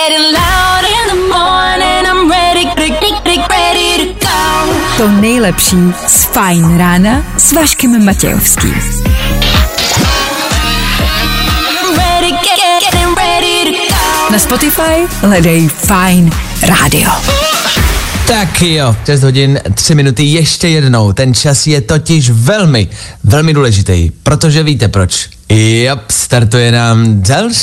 To nejlepší z Fajn rána s Vaškem Matějovským. Na Spotify hledej Fajn rádio. Tak jo, 6 hodin, 3 minuty, ještě jednou. Ten čas je totiž velmi, velmi důležitý, protože víte proč. Jop, startuje nám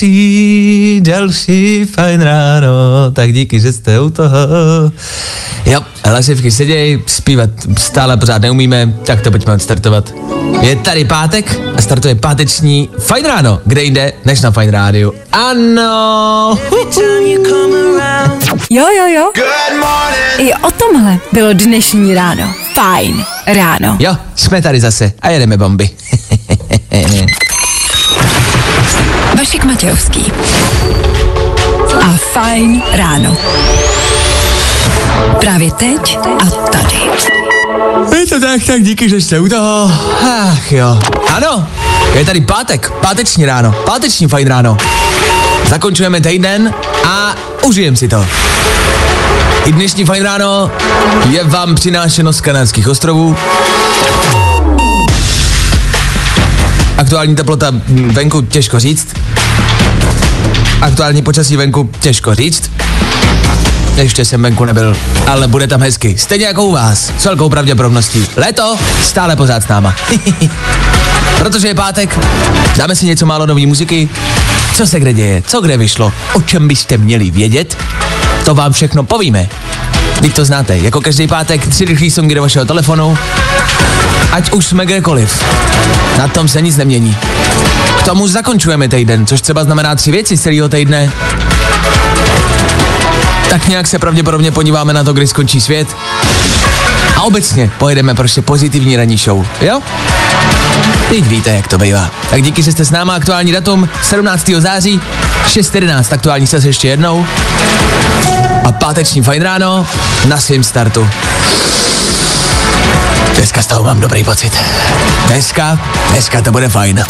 další Fajn ráno, tak díky, že jste u toho. Jo, hlasivky seděj, zpívat stále pořád neumíme, tak to pojďme odstartovat. Je tady pátek a startuje páteční Fajn ráno, kde jde než na Fajn rádiu. Ano! Jo. I o tomhle bylo dnešní ráno. Fajn ráno. Jo, jsme tady zase a jedeme bomby. Vašek Matějovský a Fajn ráno. Právě teď a tady. Je to tak díky, že jste u toho. Ach jo. Ano, je tady pátek, páteční ráno, páteční Fajn ráno. Zakončujeme týden a užijem si to. I dnešní Fajn ráno je vám přinášeno z Kanárských ostrovů. Aktuální teplota venku těžko říct. Aktuální počasí venku těžko říct. Ještě jsem venku nebyl, ale bude tam hezky. Stejně jako u vás, s velkou pravděpodobností. Léto stále pořád s náma. Protože je pátek, dáme si něco málo nový muziky. Co se kde děje, co kde vyšlo, o čem byste měli vědět, to vám všechno povíme. Vždyť to znáte, jako každý pátek 3 rychlý songy do vašeho telefonu, ať už jsme kdekoliv. Na tom se nic nemění. K tomu zakončujeme týden, což třeba znamená 3 věci z celého týdne. Tak nějak se pravděpodobně podíváme na to, kdy skončí svět. A obecně pojedeme prostě pozitivní ranní show, jo? Teď víte, jak to bývá. Tak díky, že jste s náma. Aktuální datum 17. září 6:11, aktuální čas ještě jednou. A páteční Fajn ráno na svým startu. Dneska z toho mám dobrý pocit. Dneska to bude fajn.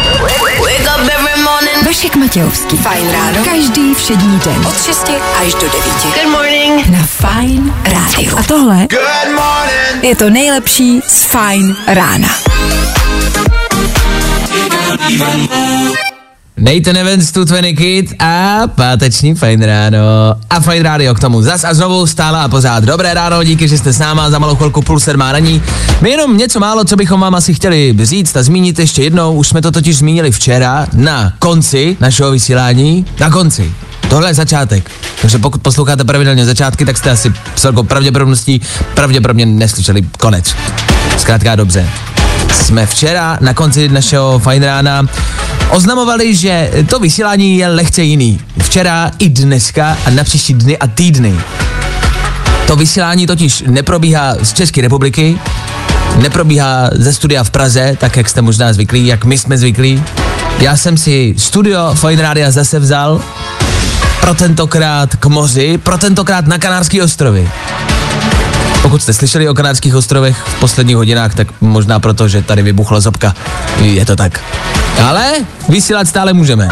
Vašek Matějovský. Fajn ráno. Každý všední den. Od 6 až do 9. Good morning. Na Fajn rádiu. A tohle je to nejlepší z Fajn rána. Nathan Evans, 220 Kid a páteční Fajn ráno. A Fajn rádio k tomu zas a znovu stále a pořád. Dobré ráno, díky, že jste s náma, za malou chvilku 6:30 raní. My jenom něco málo, co bychom vám asi chtěli říct a zmínit ještě jednou. Už jsme to totiž zmínili včera na konci našeho vysílání. Na konci. Tohle je začátek. Takže pokud posloucháte pravidelně začátky, tak jste asi s velkou pravděpodobností pravděpodobně neslyšeli konec. Zkrátka dobře. Jsme včera na konci našeho Fajn rána oznamovali, že to vysílání je lehce jiný. Včera i dneska a na příští dny a týdny. To vysílání totiž neprobíhá z České republiky, neprobíhá ze studia v Praze, tak jak jste možná zvyklí, jak my jsme zvyklí. Já jsem si studio Fajn rádia zase vzal pro tentokrát k moři, pro tentokrát na Kanárské ostrovy. Pokud jste slyšeli o Kanárských ostrovech v posledních hodinách, tak možná proto, že tady vybuchla sopka. Je to tak. Ale vysílat stále můžeme.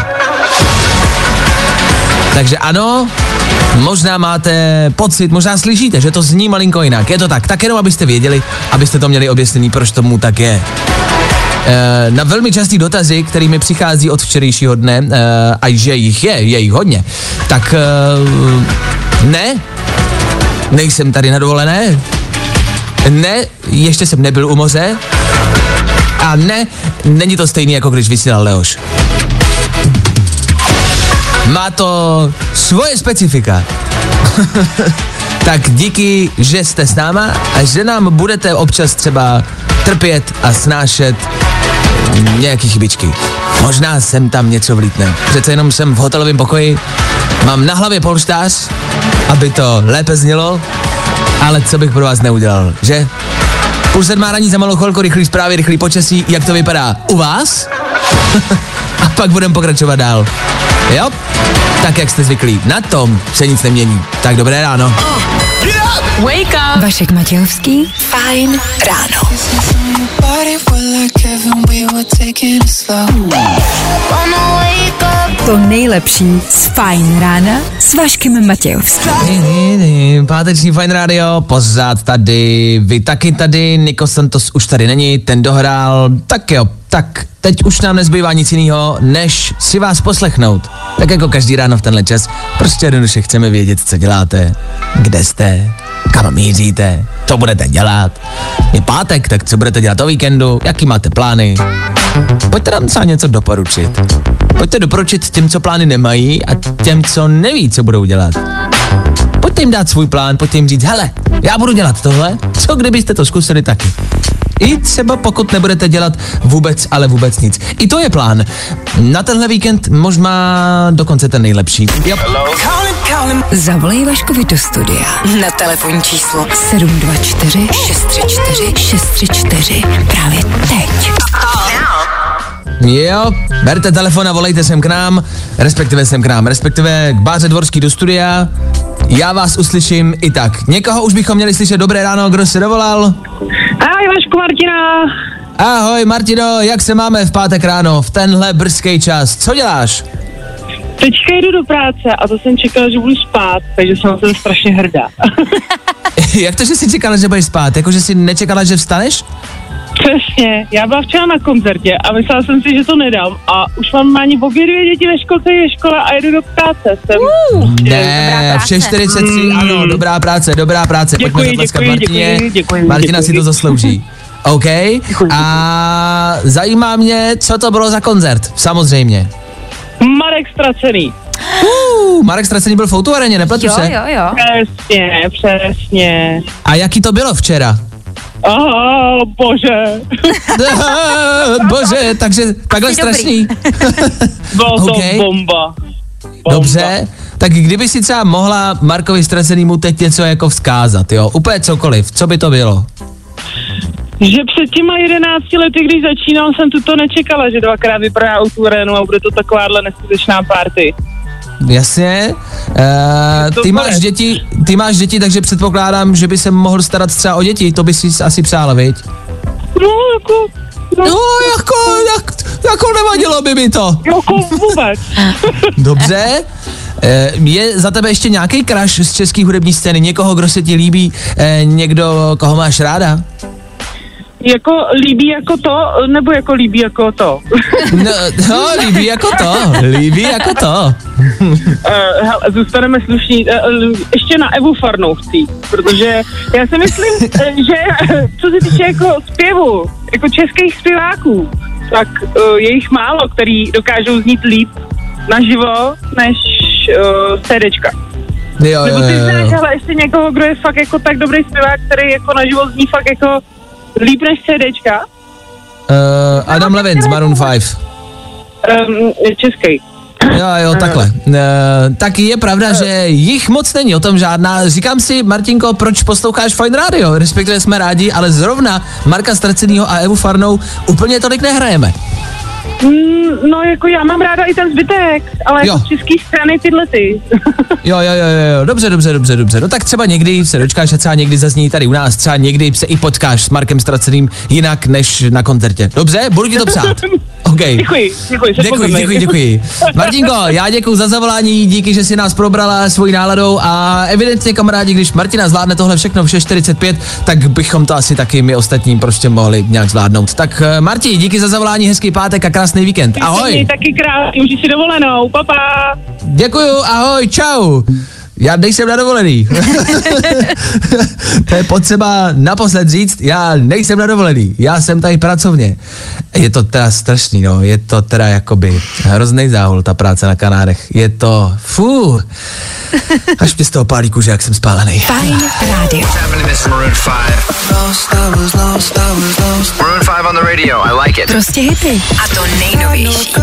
Takže ano, možná máte pocit, možná slyšíte, že to zní malinko jinak. Je to tak. Tak jenom abyste věděli, abyste to měli objasnění, proč tomu tak je. Na velmi častý dotazy, který mi přichází od včerejšího dne, a že je jich hodně, tak ne, nejsem tady na dovolené, ne, ještě jsem nebyl u moře a ne, není to stejný, jako když vysílal Leoš. Má to svoje specifika. Tak díky, že jste s náma a že nám budete občas třeba trpět a snášet nějaký chybičky. Možná sem tam něco vlítne. Přece jenom jsem v hotelovém pokoji, mám na hlavě polštář, aby to lépe znělo, ale co bych pro vás neudělal, že? 6:30 raní, za malou chvilku, rychlý zprávy, rychlý počasí, jak to vypadá u vás? A pak budeme pokračovat dál. Jo? Tak jak jste zvyklí, na tom se nic nemění. Tak dobré ráno. Wake up! Vašek Matějovský, Fajn ráno. To nejlepší z Fajn rána s Vaškem Matějovským. Páteční Fajn rádio, pořád tady, vy taky tady, Niko Santos už tady není, ten dohrál, tak jo, tak teď už nám nezbývá nic jiného, než si vás poslechnout. Tak jako každý ráno v tenhle čas, prostě jednoduše chceme vědět, co děláte, kde jste, kam míříte, co budete dělat. Je pátek, tak co budete dělat o víkendu, jaký máte plány. Pojďte nám třeba něco doporučit. Pojďte doporučit těm, co plány nemají a těm, co neví, co budou dělat. Pojďte jim dát svůj plán, pojďte jim říct, hele, já budu dělat tohle, co kdybyste to zkusili taky. I třeba pokud nebudete dělat vůbec, ale vůbec nic. I to je plán. Na tenhle víkend možná dokonce ten nejlepší. Jo. Zavolej Vaškovi do studia na telefonní číslo 724 634 634 právě teď. Jo, berte telefon a volejte sem k nám, respektive k Báře Dvorský do studia. Já vás uslyším i tak. Někoho už bychom měli slyšet. Dobré ráno, kdo se dovolal? Ahoj, Vašku, Martina. Ahoj, Martino, jak se máme v pátek ráno, v tenhle brzký čas? Co děláš? Teďka jdu do práce a to jsem čekala, že budu spát, takže jsem na to strašně hrdá. Jak to, že jsi čekala, že budeš spát? Jako, že jsi nečekala, že vstaneš? Přesně, já byla včera na koncertě a myslela jsem si, že to nedám a už mám ani obě dvě děti ve školce, je škola a jdu do práce. Ne, v 6:43, ano, dobrá práce. Pojďme zatleskat Martině. Martina si to zaslouží. OK, a zajímá mě, co to bylo za koncert, samozřejmě. Marek Ztracený. Marek Ztracený byl v O2 areně, nepletu se? Jo. Přesně. A jaký to bylo včera? Bože. Bože, takže takhle strašný. Bylo to bomba. Dobře, tak kdyby si třeba mohla Markovi Ztracenýmu teď něco jako vzkázat, jo? Úplně cokoliv, co by to bylo? Že před těma 11 lety, když začínal, jsem to nečekala, že dvakrát vypadá O2 arenu a bude to takováhle neskutečná party. Jasně. Ty máš děti, takže předpokládám, že by se mohl starat třeba o děti, to by si asi přála, viď? Jako nevadilo by mi to. Jako vůbec. Dobře. Je za tebe ještě nějaký crush z české hudební scény? Někoho, kdo se ti líbí? Někdo, koho máš ráda? Jako líbí jako to, nebo jako líbí jako to? No, líbí jako to. Hele, zůstaneme slušní. Ještě na Evu Farnou chci, protože já si myslím, že co se týče jako zpěvu, jako českých zpěváků, tak je jich málo, který dokážou znít líp naživo, než CDčka. Jo. Nebo ty znáš, ale ještě někoho, kdo je fakt jako tak dobrý zpěvák, který jako naživo zní fakt jako líp než CDčka? Adam Levin z Maroon 5. Český. Jo, takhle. Tak je pravda, že jich moc není, o tom žádná. Říkám si, Martinko, proč posloucháš Fajn rádio? Respektive jsme rádi, ale zrovna Marka Ztracenýho a Evu Farnou úplně tolik nehrajeme. No, jako já mám ráda i ten zbytek, ale jako z český strany tyhle ty. Jo, dobře. No tak třeba někdy se dočkáš a třeba někdy zazní tady u nás, třeba někdy se i potkáš s Markem Ztraceným jinak než na koncertě. Dobře, budu ti to psát. Okay. Děkuji. Martinko, já děkuji za zavolání, díky, že jsi nás probrala svojí náladou a evidentně, kamarádi, když Martina zvládne tohle všechno v 6:45, tak bychom to asi taky my ostatním prostě mohli nějak zvládnout. Tak Marti, díky za zavolání, hezký pátek a krásný víkend. Ahoj. Taky krásný, už si dovolenou, papa. Děkuju, ahoj, čau. Já nejsem na dovolený. To je potřeba naposled říct, já nejsem na dovolený, já jsem tady pracovně. Je to teda strašný, no, je to teda jakoby hroznej záhul, ta práce na Kanárech. Je to, až mě z toho pálí kůže, jak jsem spálený. Fajn rádio. Maroon 5 on the radio, I like it. Prostě hity. A to nejnovější.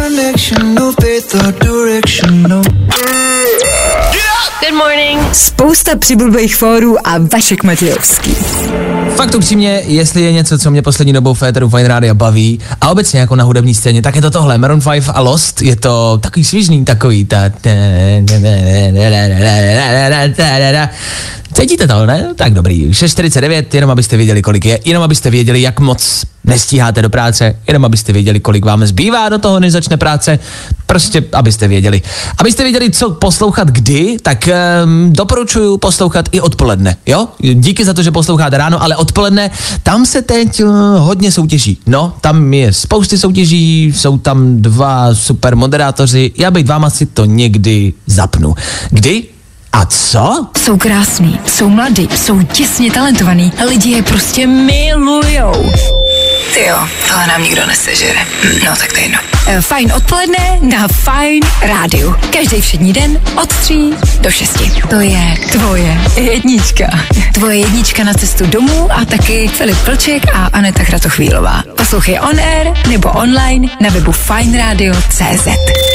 Good morning. Spousta přibulbých fórů a Vašek Matějovský. Fakt upřímně, jestli je něco, co mě poslední dobou v éteru Fajn rádia baví a obecně jako na hudební scéně, tak je to tohle, Maroon 5 a Lost, je to takový svížný, takový Cítíte to, ne? Tak dobrý. 6:49, jenom abyste věděli, kolik je, jenom abyste věděli, jak moc nestíháte do práce, jenom abyste věděli, kolik vám zbývá do toho, než začne práce, prostě abyste věděli. Abyste věděli, co poslouchat kdy, tak doporučuji poslouchat i odpoledne, jo? Díky za to, že posloucháte ráno, ale odpoledne, tam se teď hodně soutěží. No, tam je spousty soutěží, jsou tam 2 super moderátoři, já být váma si to někdy zapnu. Kdy? A co? Jsou krásný, jsou mladý, jsou těsně talentovaný. Lidi je prostě milujou. Tyjo, tohle nám nikdo nesežere. No, tak to je jedno. Fajn odpoledne na Fajn rádiu. Každý všední den od 3 do 6. To je tvoje jednička. Tvoje jednička na cestu domů a taky Filip Vlček a Aneta Kratochvílová. Poslouchej on air nebo online na webu fajnradio.cz.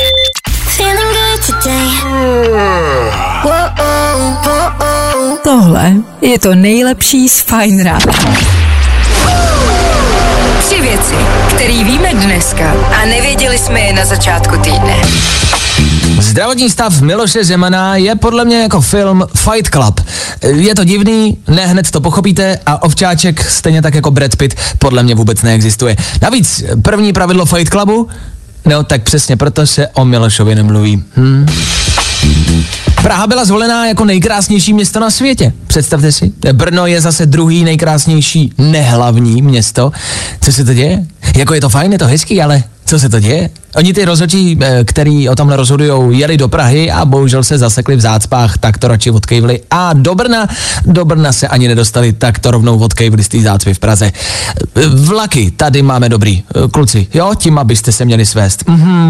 Tohle je to nejlepší z Fajn rádia. 3 věci, které víme dneska a nevěděli jsme je na začátku týdne. Zdravotní stav Miloše Zemana je podle mě jako film Fight Club. Je to divný, ne hned to pochopíte a ovčáček, stejně tak jako Brad Pitt, podle mě vůbec neexistuje. Navíc první pravidlo Fight Clubu? No tak přesně proto se o Milošovi nemluví. Praha byla zvolená jako nejkrásnější město na světě. Představte si, Brno je zase druhý nejkrásnější nehlavní město. Co se to děje? Jako je to fajn, je to hezký, ale co se to děje? Oni ty rozhodčí, který o tomhle rozhodujou, jeli do Prahy a bohužel se zasekli v zácpách, tak to radši odkejvli. A do Brna se ani nedostali, tak to rovnou odkejvli z té zácpy v Praze. Vlaky tady máme dobrý, kluci, jo, tím abyste se měli svést.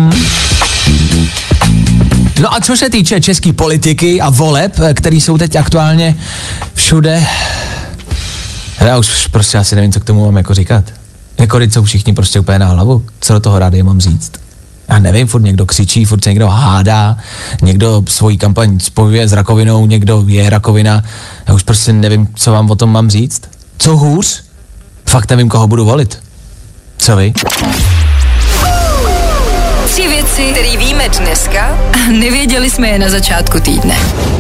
No a co se týče české politiky a voleb, který jsou teď aktuálně všude, já už prostě asi nevím, co k tomu mám jako říkat. Jako teď jsou všichni prostě úplně na hlavu. Co do toho rádia mám říct? Já nevím, furt někdo křičí, furt se někdo hádá, někdo svoji kampaň spojuje s rakovinou, někdo je rakovina. Já už prostě nevím, co vám o tom mám říct. Co hůř? Fakt nevím, koho budu volit. Co vy? 3 věci, které víme dneska a nevěděli jsme je na začátku týdne.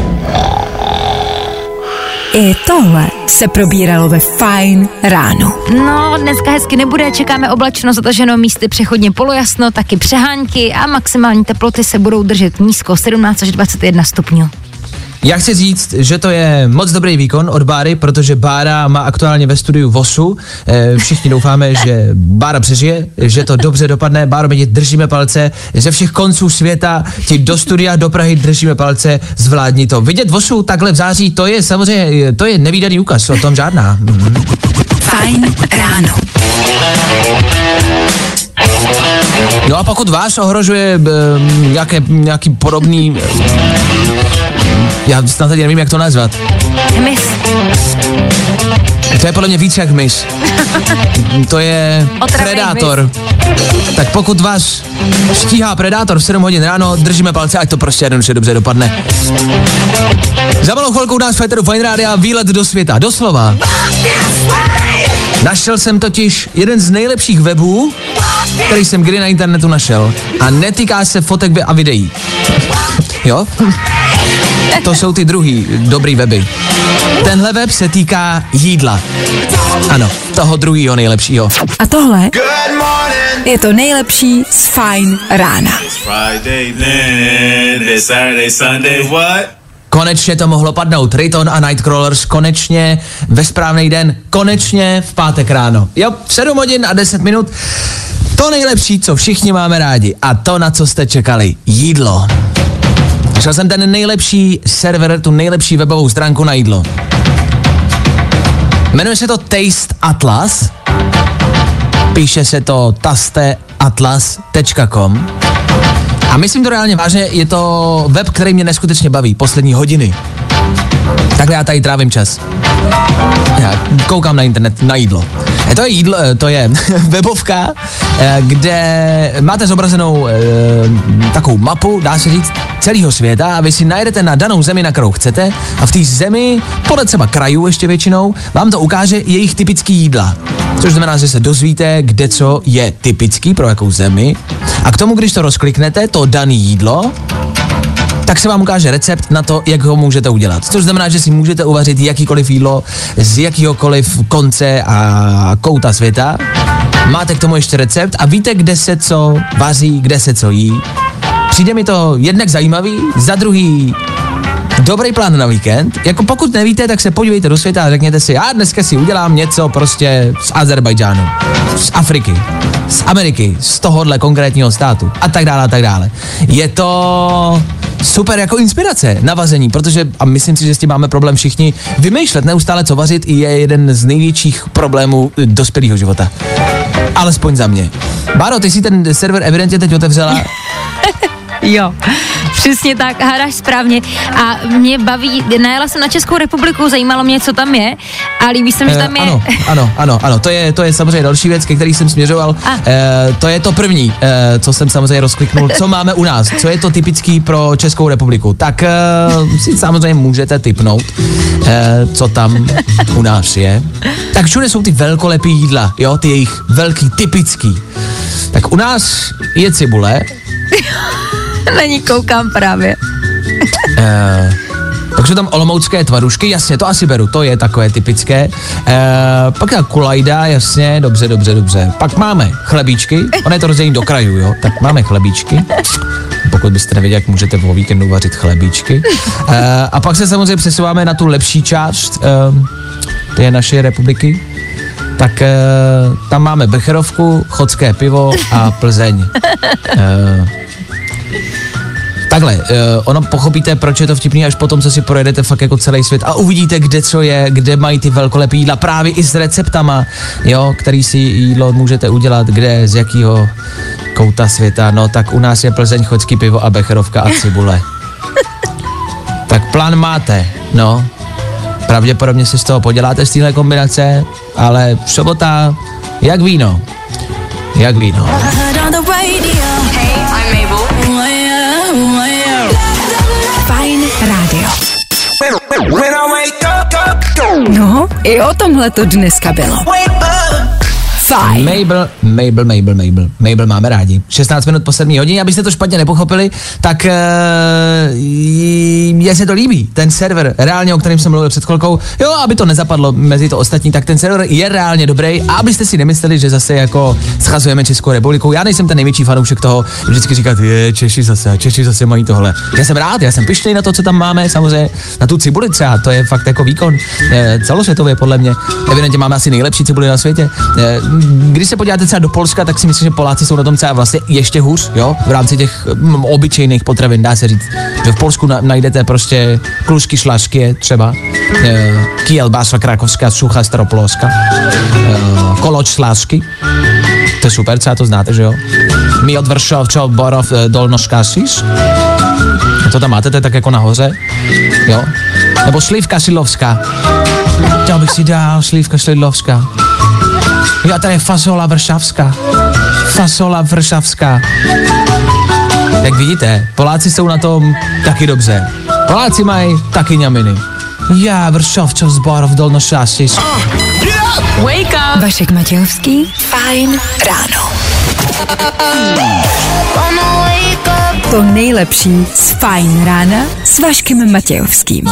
I tohle se probíralo ve Fajn ráno. No, dneska hezky nebude, čekáme oblačno, zataženo, místy přechodně polojasno, taky přehánky a maximální teploty se budou držet nízko 17 až 21 stupňů. Já chci říct, že to je moc dobrý výkon od Báry, protože Bára má aktuálně ve studiu VOSu. Všichni doufáme, že Bára přežije, že to dobře dopadne. Báro, my ti držíme palce. Ze všech konců světa ti do studia, do Prahy držíme palce, zvládni to. Vidět VOSu takhle v září, to je samozřejmě, to je nevídaný úkaz, o tom žádná. Fajn ráno. No a pokud vás ohrožuje nějaký podobný, já snad teď nevím, jak to nazvat. Hmyz. To je podle mě víc jak hmyz. To je predátor. Tak pokud vás stíhá predátor v 7 hodin ráno, držíme palce, ať to prostě jednoduše dobře dopadne. Za malou chvilku u nás v Féteru Fajn rádia výlet do světa, doslova. Našel jsem totiž jeden z nejlepších webů, který jsem kdy na internetu našel. A netýká se fotek a videí. Jo? To jsou ty druhý dobrý weby. Tenhle web se týká jídla. Ano, toho druhýho nejlepšího. A tohle je to nejlepší z Fajn rána. Konečně to mohlo padnout. Rayton a Nightcrawlers konečně ve správný den, konečně v pátek ráno. Jo, 7 hodin a 10 minut. To nejlepší, co všichni máme rádi. A to, na co jste čekali. Jídlo. Našel jsem ten nejlepší server, tu nejlepší webovou stránku na jídlo. Jmenuje se to Taste Atlas. Píše se to tasteatlas.com. A myslím to reálně vážně, je to web, který mě neskutečně baví poslední hodiny. Takhle já tady trávím čas. Já koukám na internet na jídlo. To je webovka, kde máte zobrazenou takovou mapu, dá se říct, celého světa a vy si najdete na danou zemi, na kterou chcete a v té zemi, podle třeba krajů ještě většinou, vám to ukáže jejich typický jídla. Což znamená, že se dozvíte, kde co je typický pro jakou zemi a k tomu, když to rozkliknete, to dané jídlo, tak se vám ukáže recept na to, jak ho můžete udělat. Což znamená, že si můžete uvařit jakýkoliv jídlo z jakýhokoliv konce a kouta světa. Máte k tomu ještě recept a víte, kde se co vaří, kde se co jí. Přijde mi to jednak zajímavý, za druhý dobrý plán na víkend. Jako pokud nevíte, tak se podívejte do světa a řekněte si, já dneska si udělám něco prostě z Azerbajdžánu, z Afriky, z Ameriky, z tohohle konkrétního státu a tak dále a tak dále. Je to super jako inspirace na vaření, protože, a myslím si, že s tím máme problém všichni, vymýšlet neustále, co vařit, je jeden z největších problémů dospělého života. Alespoň za mě. Báro, ty si ten server evidentně teď otevřela. Jo, přesně tak, hádáš správně. A mě baví, najela jsem na Českou republiku, zajímalo mě, co tam je, a líbí se mi, že tam je... Ano, to je samozřejmě další věc, ke který jsem směřoval. To je to první, co jsem samozřejmě rozkliknul, co máme u nás, co je to typický pro Českou republiku. Tak si samozřejmě můžete tipnout, co tam u nás je. Tak všude jsou ty velkolepý jídla, jo, ty jejich velký, typický. Tak u nás je cibule. Na ní koukám právě. Pak jsou tam olomoucké tvarušky, jasně, to asi beru, to je takové typické. Pak ta kulajda, jasně, dobře. Pak máme chlebíčky, ono je to rozdělení do krajů, jo, tak máme chlebíčky. Pokud byste nevěděli, jak můžete o víkendu vařit chlebíčky. A pak se samozřejmě přesouváme na tu lepší část té naší republiky. Tak tam máme Becherovku, chodské pivo a Plzeň. Takhle, ono pochopíte, proč je to vtipný až potom, co si projedete fakt jako celý svět a uvidíte, kde co je, kde mají ty velkolepý jídla, právě i s receptama, jo, který si jídlo můžete udělat, kde, z jakého kouta světa. No tak u nás je Plzeň, chodský pivo a Becherovka a cibule. Tak plán máte, no. Pravděpodobně si z toho poděláte z téhle kombinace, ale sobota jak víno. Jak víno. Hey, I'm Mabel. Fajn rádio. No, i o tomhle to dneska bylo. Fajn. Mabel máme rádi. 16 minut po 7 hodině, abyste to špatně nepochopili, tak mně se to líbí, ten server, reálně, o kterém jsem mluvil před chvilkou, jo, aby to nezapadlo mezi to ostatní, tak ten server je reálně dobrý a abyste si nemysleli, že zase jako schazujeme Českou republikou. Já nejsem ten největší fanoušek toho, vždycky říkat, Češi zase mají tohle. Já jsem rád, já jsem pyšnej na to, co tam máme, samozřejmě na tu cibuli třeba, to je fakt jako výkon celosvětově podle mě. Evidentně máme asi nejlepší cibuli na světě. Když se podíváte třeba do Polska, tak si myslím, že Poláci jsou na tom třeba vlastně ještě hůř, jo, v rámci těch obyčejných potravin, dá se říct, že v Polsku najdete prostě klušky šlašky třeba, kielbasa krakovská, sucha staropolská, koloč šlašky, to je super, třeba to znáte, že jo, miod Vršovčov, Borov, Dolnoškasiš, to tam máte, to je tak jako nahoře, jo, nebo slivka šidlovská, chtěl bych si dál slivka šidlovská. Jo, tady je fasola vršavská. Jak vidíte, Poláci jsou na tom taky dobře. Poláci mají taky ňaminy. Já, Vršovčov, Zborov, Dolnošástiš. Wake up! Vašek Matějovský. Fajn ráno. To nejlepší z Fajn rána s Vaškem Matějovským.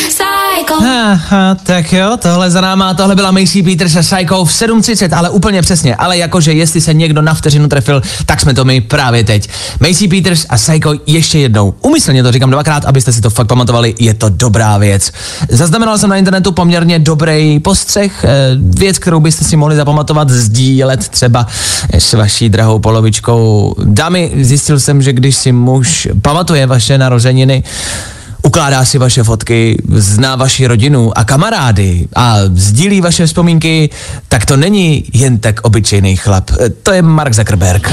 Tak jo, tohle za náma, tohle byla Macy Peters a Psycho v 7:30, ale úplně přesně, ale jakože jestli se někdo na vteřinu trefil, tak jsme to my právě teď. Macy Peters a Psycho ještě jednou. Úmyslně to říkám dvakrát, abyste si to fakt pamatovali, je to dobrá věc. Zaznamenal jsem na internetu poměrně dobrý postřeh, věc, kterou byste si mohli zapamatovat, sdílet třeba s vaší drahou polovičkou. Dámy, zjistil jsem, že když si muž pamatuje vaše narozeniny, ukládá si vaše fotky, zná vaši rodinu a kamarády a sdílí vaše vzpomínky, tak to není jen tak obyčejný chlap. To je Mark Zuckerberg.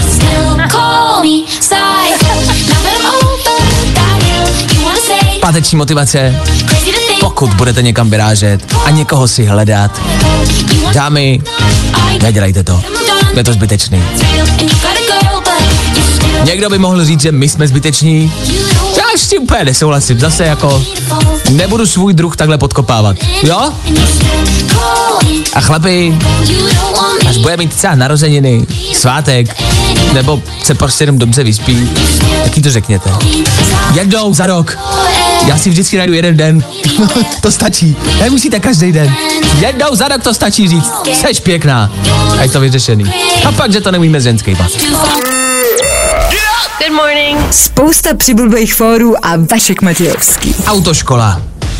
Páteční motivace, pokud budete někam vyrážet a někoho si hledat. Dámy, nedělejte to. Je to zbytečný. Někdo by mohl říct, že my jsme zbyteční. Já s tím úplně nesouhlasím, zase jako nebudu svůj druh takhle podkopávat, jo? A chlapi, až bude mít třeba narozeniny, svátek, nebo se prostě jenom dobře vyspí, taky to řekněte. Jednou za rok. Já si vždycky najdu jeden den. To stačí. Nemusíte každý den. Jednou za rok to stačí říct. Seš pěkná. A je to vyřešený. A pak, že to neumíme s ženskýma. Good morning. Spousta přibulbých fórů a Vašek Matějovský. Autoškola.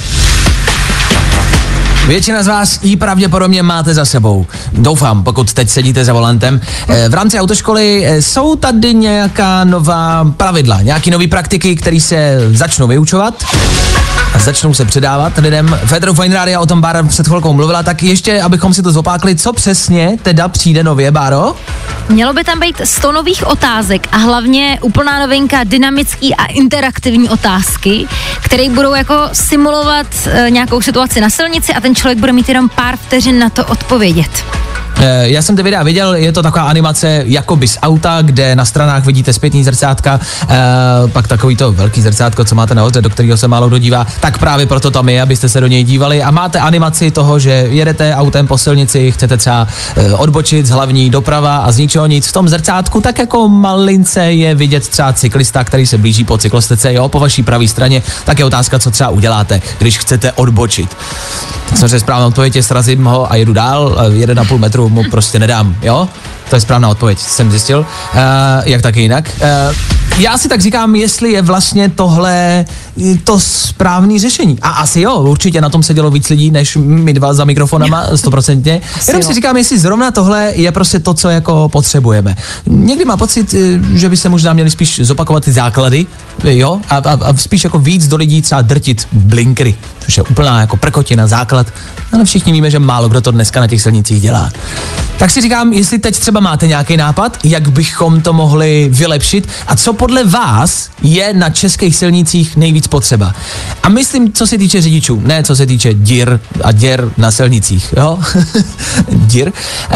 Většina z vás ji pravděpodobně máte za sebou. Doufám, pokud teď sedíte za volantem. V rámci autoškoly jsou tady nějaká nová pravidla, nějaký nový praktiky, které se začnou vyučovat a začnou se předávat lidem. Féteru Fajn Rádia o tom Bára před chvilkou mluvila, tak ještě, abychom si to zopákli, co přesně teda přijde nově, Báro? Mělo by tam být 100 nových otázek a hlavně úplná novinka dynamický a interaktivní otázky, které budou jako simulovat nějakou situaci na silnici a ten člověk bude mít jenom pár vteřin na to odpovědět. Já jsem ty videa viděl, je to taková animace jakoby z auta, kde na stranách vidíte zpětný zrcátka, pak takový to velký zrcátko, co máte nahoře, do kterého se málo kdo dívá, tak právě proto tam je, abyste se do něj dívali a máte animaci toho, že jedete autem po silnici, chcete třeba odbočit z hlavní doprava a z ničeho nic v tom zrcátku, tak jako malince je vidět třeba cyklista, který se blíží po cyklostece, jo, po vaší pravé straně, tak je otázka, co třeba uděláte, když chcete odbočit. Samozřejmě správnou odpověď je, srazím ho a jedu dál, 1,5 metru mu prostě nedám, jo? To je správná odpověď, jsem zjistil. Jak taky jinak. Já si tak říkám, jestli je vlastně tohle to správné řešení. A asi jo, určitě na tom sedělo víc lidí, než my dva za mikrofonama, 100%. Jenom si říkám, jestli zrovna tohle je prostě to, co jako potřebujeme. Někdy má pocit, že by se možná měli spíš zopakovat ty základy, jo? A spíš jako víc do lidí třeba drtit blinkery, což je úplná jako prkotina, základ. Ale všichni víme, že málo kdo to dneska na těch silnicích dělá. Tak si říkám, jestli teď třeba máte nějaký nápad, jak bychom to mohli vylepšit a co podle vás je na českých silnicích nejvíc potřeba. A myslím, co se týče řidičů, ne co se týče dír a děr na silnicích, jo? Dír.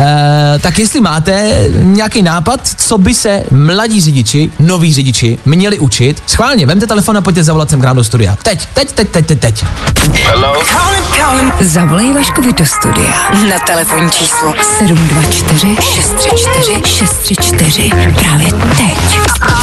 Tak jestli máte nějaký nápad, co by se mladí řidiči, noví řidiči měli učit, schválně, vemte telefon a pojďte zavolat sem k nám do studia. Teď. Hello? Zavolej Vaškovi do studia na telefonní číslo 724 634 634 právě teď.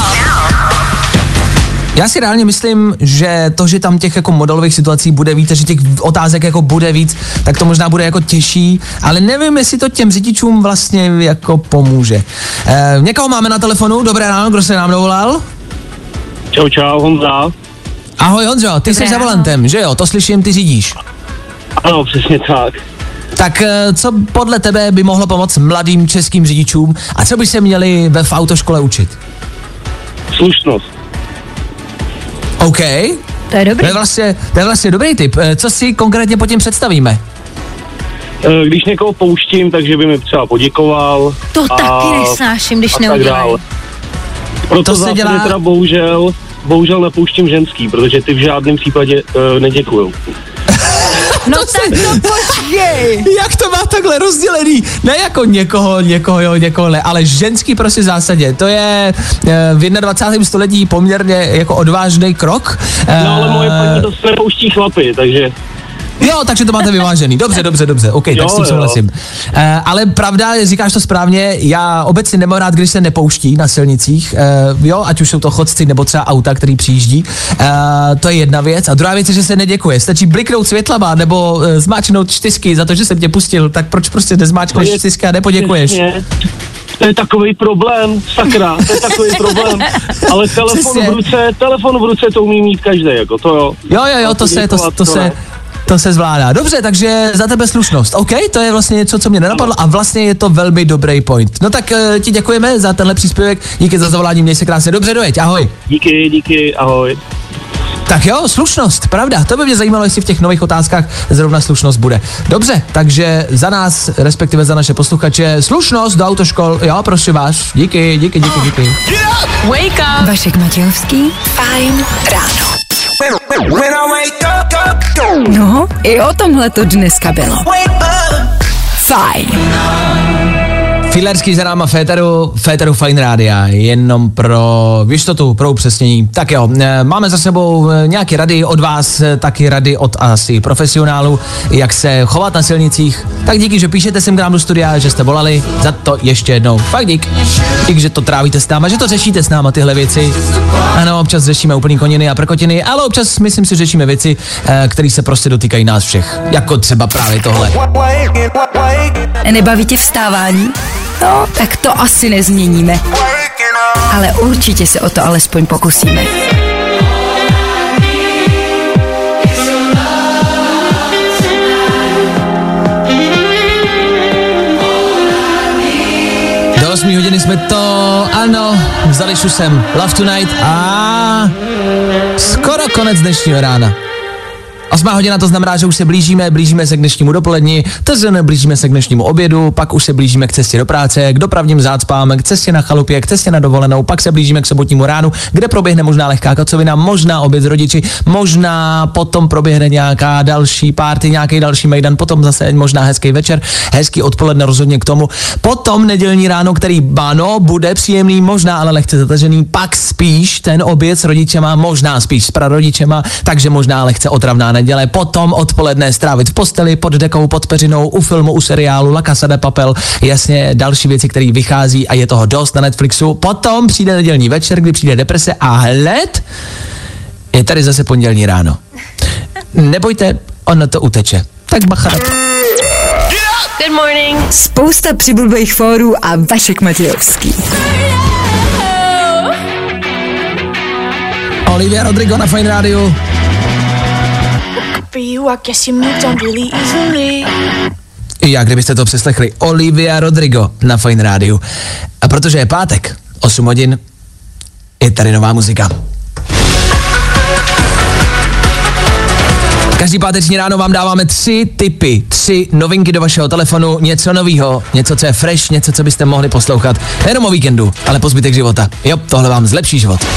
Já si reálně myslím, že to, že tam těch jako modelových situací bude víc, že těch otázek jako bude víc, tak to možná bude jako těžší, ale nevím, jestli to těm řidičům vlastně jako pomůže. Někoho máme na telefonu, dobré ráno, kdo se nám dovolal? Čau, Honza. Ahoj Honzo, ty jsi za volantem, že jo, to slyším, ty řídíš. Ano, přesně tak. Tak co podle tebe by mohlo pomoct mladým českým řidičům a co by se měli v autoškole učit? Slušnost. OK. To je dobrý. To je vlastně dobrý tip. Co si konkrétně po tím představíme? Když někoho pouštím, takže by mi třeba poděkoval. To taky nesnáším, když neudělají. Proto zásadně dělá... teda bohužel nepouštím ženský, protože ty v žádném případě neděkujou. No tak to počkej. Jak to má takhle rozdělený? Ne jako někoho ne, ale ženský prostě v zásadě. To je v 21. století poměrně jako odvážný krok. No ale moje paní to se nepouští chlapy, takže... Jo, takže to máte vyvážený. Dobře. OK, tak s tím souhlasím. Ale pravda, říkáš to správně, já obecně nemám rád, když se nepouští na silnicích, jo, ať už jsou to chodci nebo třeba auta, který přijíždí. To je jedna věc. A druhá věc je, že se neděkuje. Stačí bliknout světlama nebo zmáčknout čtyřky za to, že jsem tě pustil, tak proč prostě nezmáčkneš čtyřky a nepoděkuješ? To je takový problém, sakra, to je takový problém. Ale telefon v ruce to umí mít každý, jako to jo. Jo, to se zvládá. Dobře, takže za tebe slušnost. OK, to je vlastně něco, co mě nenapadlo a vlastně je to velmi dobrý point. No tak ti děkujeme za tenhle příspěvek, díky za zavolání, měj se krásně, dobře, dojeď, ahoj. Díky, ahoj. Tak jo, slušnost, pravda, to by mě zajímalo, jestli v těch nových otázkách zrovna slušnost bude. Dobře, takže za nás, respektive za naše posluchače, slušnost do autoškol, jo, prosím vás, díky. Wake up! Vašek Matějovský, Fajn ráno. No, i o tomhle to dneska bylo. Fajn. Filerský za náma Féteru Fine Rádia, jenom pro jistotu, pro upřesnění. Tak jo, máme za sebou nějaké rady od vás, taky rady od asi profesionálů, jak se chovat na silnicích. Tak díky, že píšete sem k nám do studia, že jste volali, za to ještě jednou. Fakt dík. Díky, že to trávíte s náma, že to řešíte s náma tyhle věci. Ano, občas řešíme úplný koniny a prkotiny, ale občas myslím si řešíme věci, které se prostě dotýkají nás všech. Jako třeba právě tohle. Nebaví tě vstávání? No, tak to asi nezměníme. Ale určitě se o to alespoň pokusíme. Do 8 hodiny jsme to, ano, vzali šusem Love Tonight a skoro konec dnešního rána. 8 hodina, to znamená, že už se blížíme se k dnešnímu dopoledni, blížíme se k dnešnímu obědu, pak už se blížíme k cestě do práce, k dopravním zácpám, k cestě na chalupě, k cestě na dovolenou, pak se blížíme k sobotnímu ránu, kde proběhne možná lehká kocovina, možná oběd s rodiči, možná potom proběhne nějaká další party, nějaký další mejdan, potom zase možná hezký večer, hezký odpoledne rozhodně k tomu, potom nedělní ráno, který bano, bude příjemný, možná ale lehce zatažený, pak spíš ten oběd s rodičema, možná spíš s prarodičema, takže možná lehce otravná neděle, potom odpoledne strávit v posteli, pod dekou, pod peřinou, u filmu, u seriálu, La Casa de Papel, jasně další věci, které vychází a je toho dost na Netflixu, potom přijde nedělní večer, kdy přijde deprese a hled, je tady zase pondělní ráno. Nebojte, ono to uteče. Tak bacha. Good morning. Spousta přibulbých fórů a Vašek Matějovský. Olivia Rodrigo na Fine Rádiu. Já, kdybyste to přeslechli, Olivia Rodrigo na Fine Rádiu. A protože je pátek, 8 hodin, je tady nová muzika. Každý páteční ráno vám dáváme 3 tipy, 3 novinky do vašeho telefonu, něco novýho, něco, co je fresh, něco, co byste mohli poslouchat nejenom o víkendu, ale po zbytek života. Jo, tohle vám zlepší život.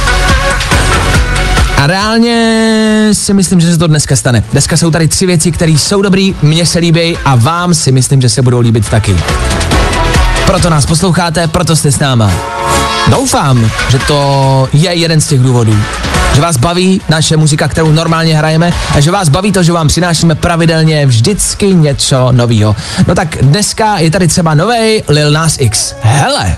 A reálně si myslím, že se to dneska stane. Dneska jsou tady 3 věci, které jsou dobrý, mně se líbí a vám si myslím, že se budou líbit taky. Proto nás posloucháte, proto jste s náma. Doufám, že to je jeden z těch důvodů. Že vás baví naše muzika, kterou normálně hrajeme a že vás baví to, že vám přinášíme pravidelně vždycky něco novýho. No tak dneska je tady třeba novej Lil Nas X. Hele!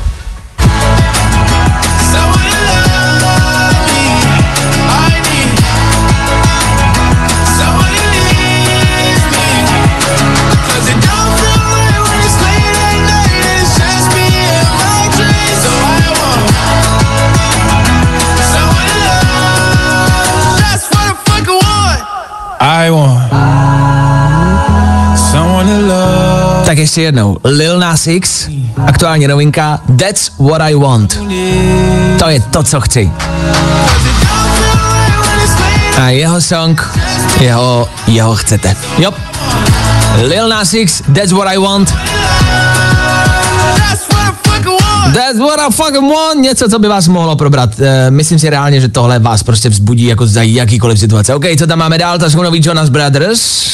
I want someone to love. Tak ještě jednou, Lil Nas X, aktuální novinka, That's What I Want. To je to, co chci. A jeho song, jeho chcete. Jo. Lil Nas X, That's What I Want. That's what I fucking want. Něco, co by vás mohlo probrat. Myslím si reálně, že tohle vás prostě vzbudí jako za jakýkoliv situace. OK, co tam máme dál? To jsou nový Jonas Brothers.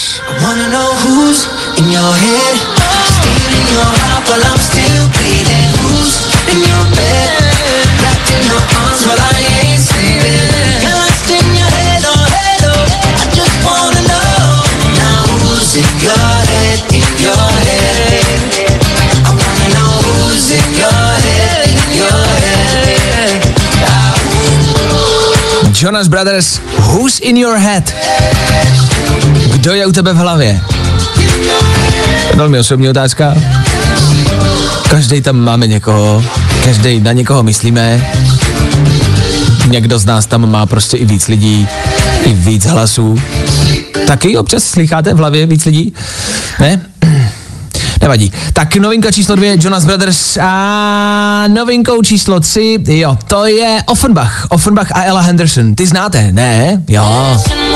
Jonas Brothers, Who's in your head? Kdo je u tebe v hlavě? Velmi osobní otázka. Každý tam máme někoho, každý na někoho myslíme. Někdo z nás tam má prostě i víc lidí, i víc hlasů. Taky občas slycháte v hlavě víc lidí? Ne? Nevadí. Tak novinka číslo 2, Jonas Brothers a novinkou číslo 3, jo, to je Offenbach a Ella Henderson. Ty znáte, ne? Jo.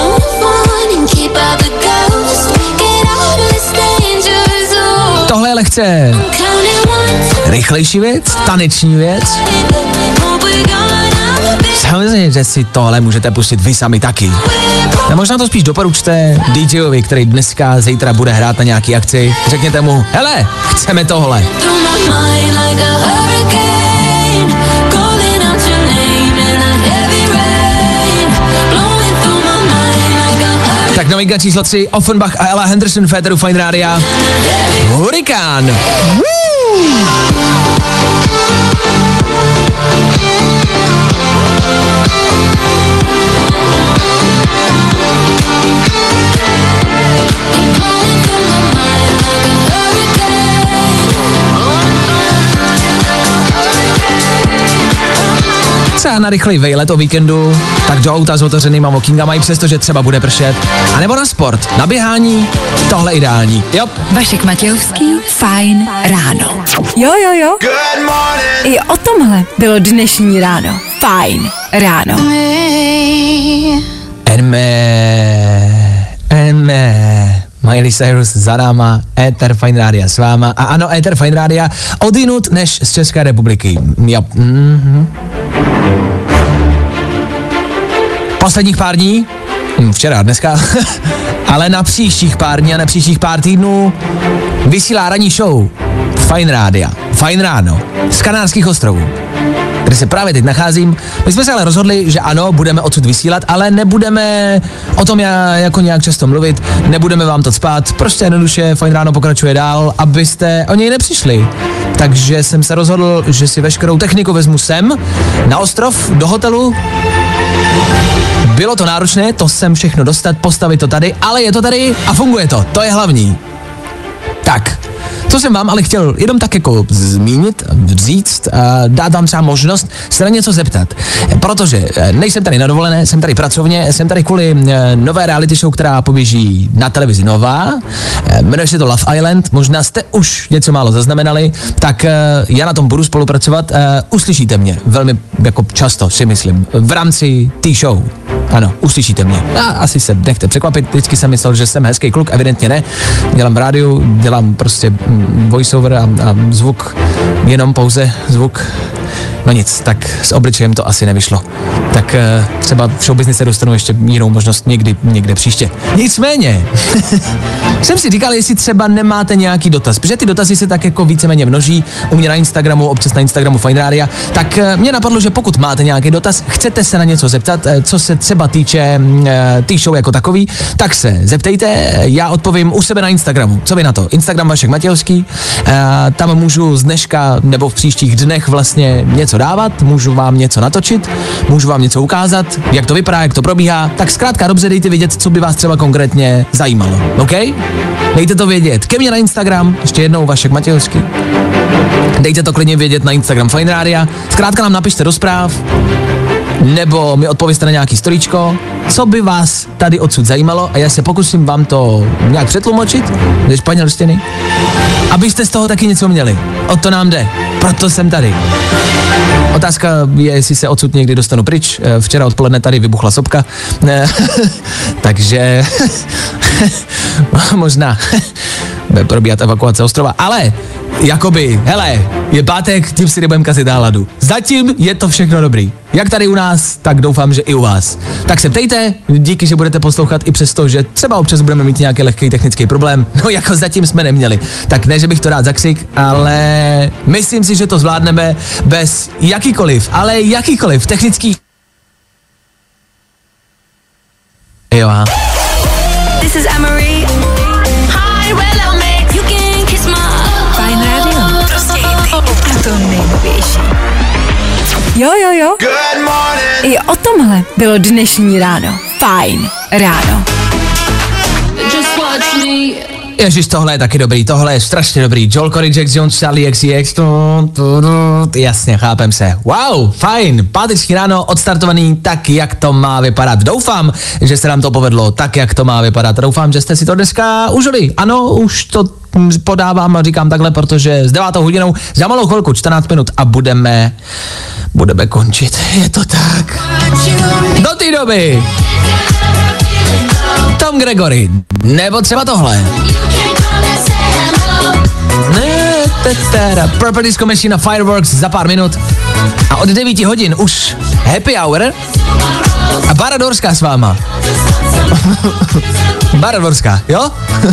Tohle je lehce rychlejší věc, taneční věc. Samozřejmě, že si tohle můžete pustit vy sami taky. A možná to spíš doporučte DJovi, který dneska, zítra bude hrát na nějaký akci. Řekněte mu, hele, chceme tohle. Tak novinka číslo 3, Offenbach a Ella Henderson, Féteru Fine Rádia. Hurikán. Třeba na rychlej vejlet o víkendu, tak do auta s otevřenýma okýnkama i přesto, že třeba bude pršet. A nebo na sport, na běhání, tohle ideální. Jo. Vašek Matějovský, Fajn ráno. Jo. Good morning. I o tomhle bylo dnešní ráno. Fajn ráno. Miley Cyrus za náma, Éter Fine Rádia s váma. A ano, Éter Fine Rádia odinut než z České republiky. Jo. Posledních pár dní, včera, dneska, ale na příštích pár dní a na příštích pár týdnů vysílá ranní show Fine Rádia, Fajn ráno z Kanárských ostrovů, kde se právě teď nacházím. My jsme se ale rozhodli, že ano, budeme odsud vysílat, ale nebudeme o tom jako nějak často mluvit, nebudeme vám to cpát, prostě jednoduše Fajn ráno pokračuje dál, abyste o něj nepřišli. Takže jsem se rozhodl, že si veškerou techniku vezmu sem, na ostrov, do hotelu. Bylo to náročné, to sem všechno dostat, postavit to tady, ale je to tady a funguje to je hlavní. Tak, co jsem vám ale chtěl jenom tak jako zmínit, říct, dát vám třeba možnost se na něco zeptat. Protože nejsem tady na dovolené, jsem tady pracovně, jsem tady kvůli nové reality show, která poběží na televizi Nova, jmenuje se to Love Island, možná jste už něco málo zaznamenali, tak já na tom budu spolupracovat, uslyšíte mě velmi jako často, si myslím, v rámci té show. Ano, uslyšíte mě. A asi se nechte překvapit, vždycky jsem myslel, že jsem hezký kluk, evidentně ne. Dělám v rádiu, dělám prostě voiceover a zvuk, jenom pouze zvuk. No nic, tak s obličejem to asi nevyšlo. Tak třeba v showbiznise dostanu ještě jinou možnost někde příště. Nicméně, jsem si říkal, jestli třeba nemáte nějaký dotaz, protože ty dotazy se tak jako víceméně množí u mě na Instagramu, občas na Instagramu Fajn Rádia, tak mě napadlo, že pokud máte nějaký dotaz, chcete se na něco zeptat, co se třeba týče té show jako takový, tak se zeptejte, já odpovím u sebe na Instagramu. Co vy na to? Instagram Vašek Matějovský, tam můžu z dneška nebo v příštích dnech vlastně něco dávat, můžu vám něco natočit, můžu vám něco ukázat, jak to vypadá, jak to probíhá, tak zkrátka dobře dejte vědět, co by vás třeba konkrétně zajímalo, OK? Dejte to vědět ke mně na Instagram, ještě jednou Vašek Matějovský. Dejte to klidně vědět na Instagram Fajn Rádia, zkrátka nám napište do zpráv, nebo mi odpovězte na nějaký storíčko, co by vás tady odsud zajímalo a já se pokusím vám to nějak přetlumočit ze španělštiny, abyste z toho taky něco měli. O to nám jde, proto jsem tady. Otázka je, jestli se odsud někdy dostanu pryč. Včera odpoledne tady vybuchla sopka, takže možná bude probíhat evakuace ostrova, ale jakoby, hele, je pátek, tím si nebudem kazit náladu. Zatím je to všechno dobrý. Jak tady u nás, tak doufám, že i u vás. Tak se ptejte, díky, že budete poslouchat i přesto, že třeba občas budeme mít nějaký lehký technický problém. No jako zatím jsme neměli. Tak ne, že bych to rád zakřik, ale myslím si, že to zvládneme bez jakýkoliv technických. Jo. This is Amory. Hi, well, mate. You can kiss my... Fajn rádio. Prostě hity. A to nejnovější. Jo. Good morning. I o tomhle bylo dnešní ráno. Fajn ráno. Just watch me. Ježiš, tohle je taky dobrý, tohle je strašně dobrý. Joel Corey, Jack Jones, Charlie XCX, jasně, chápem se. Wow, fajn, páteční ráno odstartovaný tak, jak to má vypadat. Doufám, že se nám to povedlo tak, jak to má vypadat. Doufám, že jste si to dneska užili. Ano, už to podávám a říkám takhle, protože s 9 hodinou za malou chvilku, 14 minut a budeme končit. Je to tak. Do té doby Tom Gregory, nebo třeba tohle. Purple Disco Machine a Fireworks za pár minut. A od 9 hodin už Happy Hour a Bára Dvorská s váma. Bára Dvorská, jo?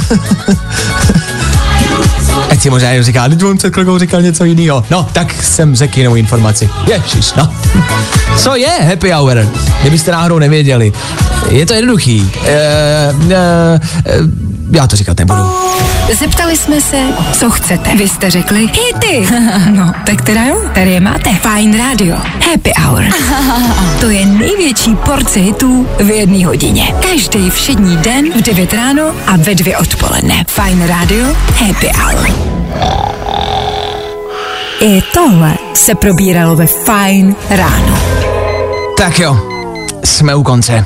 Ať si možná jen říká, on před chvilkou říkal něco jiného. No, tak jsem řekl jinou informaci. Ježiš, no. Co je Happy Hour? Kdybyste náhodou nevěděli. Je to jednoduchý. Já to říkat nebudu. Zeptali jsme se, co chcete. Vy jste řekli hity. No, tak teda jo, tady je máte. Fajn Radio. Happy Hour. To je největší porce hitů v 1 hodině. Každý všední den v 9 ráno a ve 2 odpoledne. Fajn Radio. Happy Hour. I tohle se probíralo ve Fajn ráno. Tak jo, jsme u konce.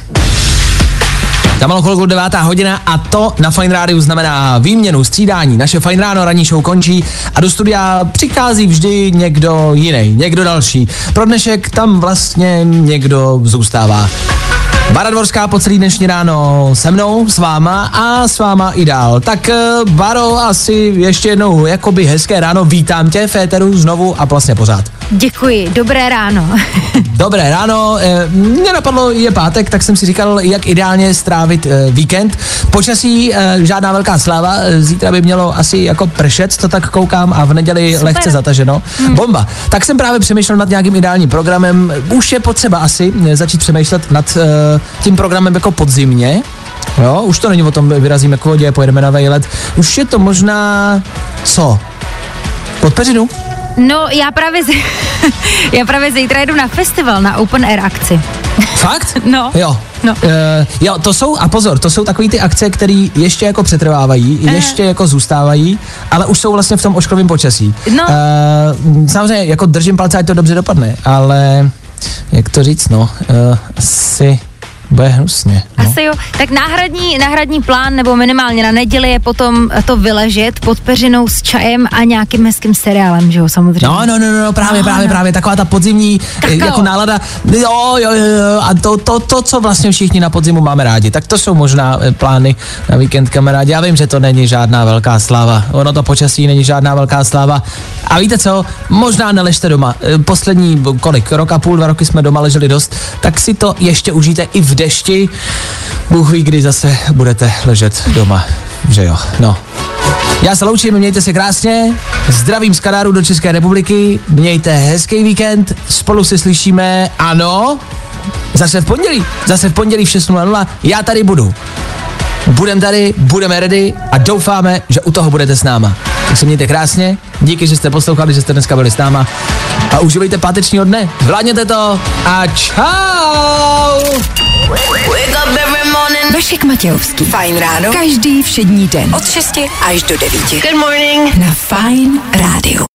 Za malou chvilku 9. hodina a to na Fajn rádiu znamená výměnu, střídání. Naše Fajn ráno ranní show končí a do studia přichází vždy někdo jiný, někdo další. Pro dnešek tam vlastně někdo zůstává. Bára Dvorská po celý dnešní ráno se mnou, s váma a s váma i dál. Tak Báro, asi ještě jednou jakoby hezké ráno, vítám tě v éteru znovu a vlastně pořád. Děkuji, dobré ráno. Dobré ráno, mě napadlo, je pátek, tak jsem si říkal, jak ideálně strávit víkend. Počasí, žádná velká sláva, zítra by mělo asi jako pršet, to tak koukám, a v neděli super. Lehce zataženo. Bomba. Tak jsem právě přemýšlel nad nějakým ideálním programem, už je potřeba asi začít přemýšlet nad tím programem jako podzimně. Jo, už to není o tom, vyrazíme k vodě, pojedeme na vejlet. Už je to možná, co? Pod peřinu? No, já právě zítra jedu na festival, na open air akci. Fakt? No. Jo. No. Jo, to jsou, a pozor, to jsou takový ty akce, které ještě jako přetrvávají, ještě jako zůstávají, ale už jsou vlastně v tom ošklivém počasí. No. Samozřejmě, jako držím palce, ať to dobře dopadne, ale jak to říct, no, asi bude hnusně. No. Asi jo. Tak náhradní plán, nebo minimálně na neděli je potom to vyležet pod peřinou s čajem a nějakým hezkým seriálem, že jo, samozřejmě. No, právě taková ta podzimní jako nálada. Jo, a to, co vlastně všichni na podzimu máme rádi. Tak to jsou možná plány na víkend, kamarádi. Já vím, že to není žádná velká sláva. Ono to počasí není žádná velká sláva. A víte co? Možná neležte doma. Poslední rok a půl, 2 roky jsme doma leželi dost, tak si to ještě užijte i v dešti. Bůh ví, kdy zase budete ležet doma, že jo, no. Já se loučím, mějte se krásně, zdravím z Kanáru do České republiky, mějte hezký víkend, spolu se slyšíme, ano, zase v pondělí v 6:00, já tady budu. Budeme tady, budeme ready a doufáme, že u toho budete s náma. Tak se mějte krásně, díky, že jste poslouchali, že jste dneska byli s náma a užívejte pátečního dne, zvládněte to a čau! Vašek Matějovský. Fajn ráno. Každý všední den. Od 6 až do 9. Good morning. Na Fajn rádiu.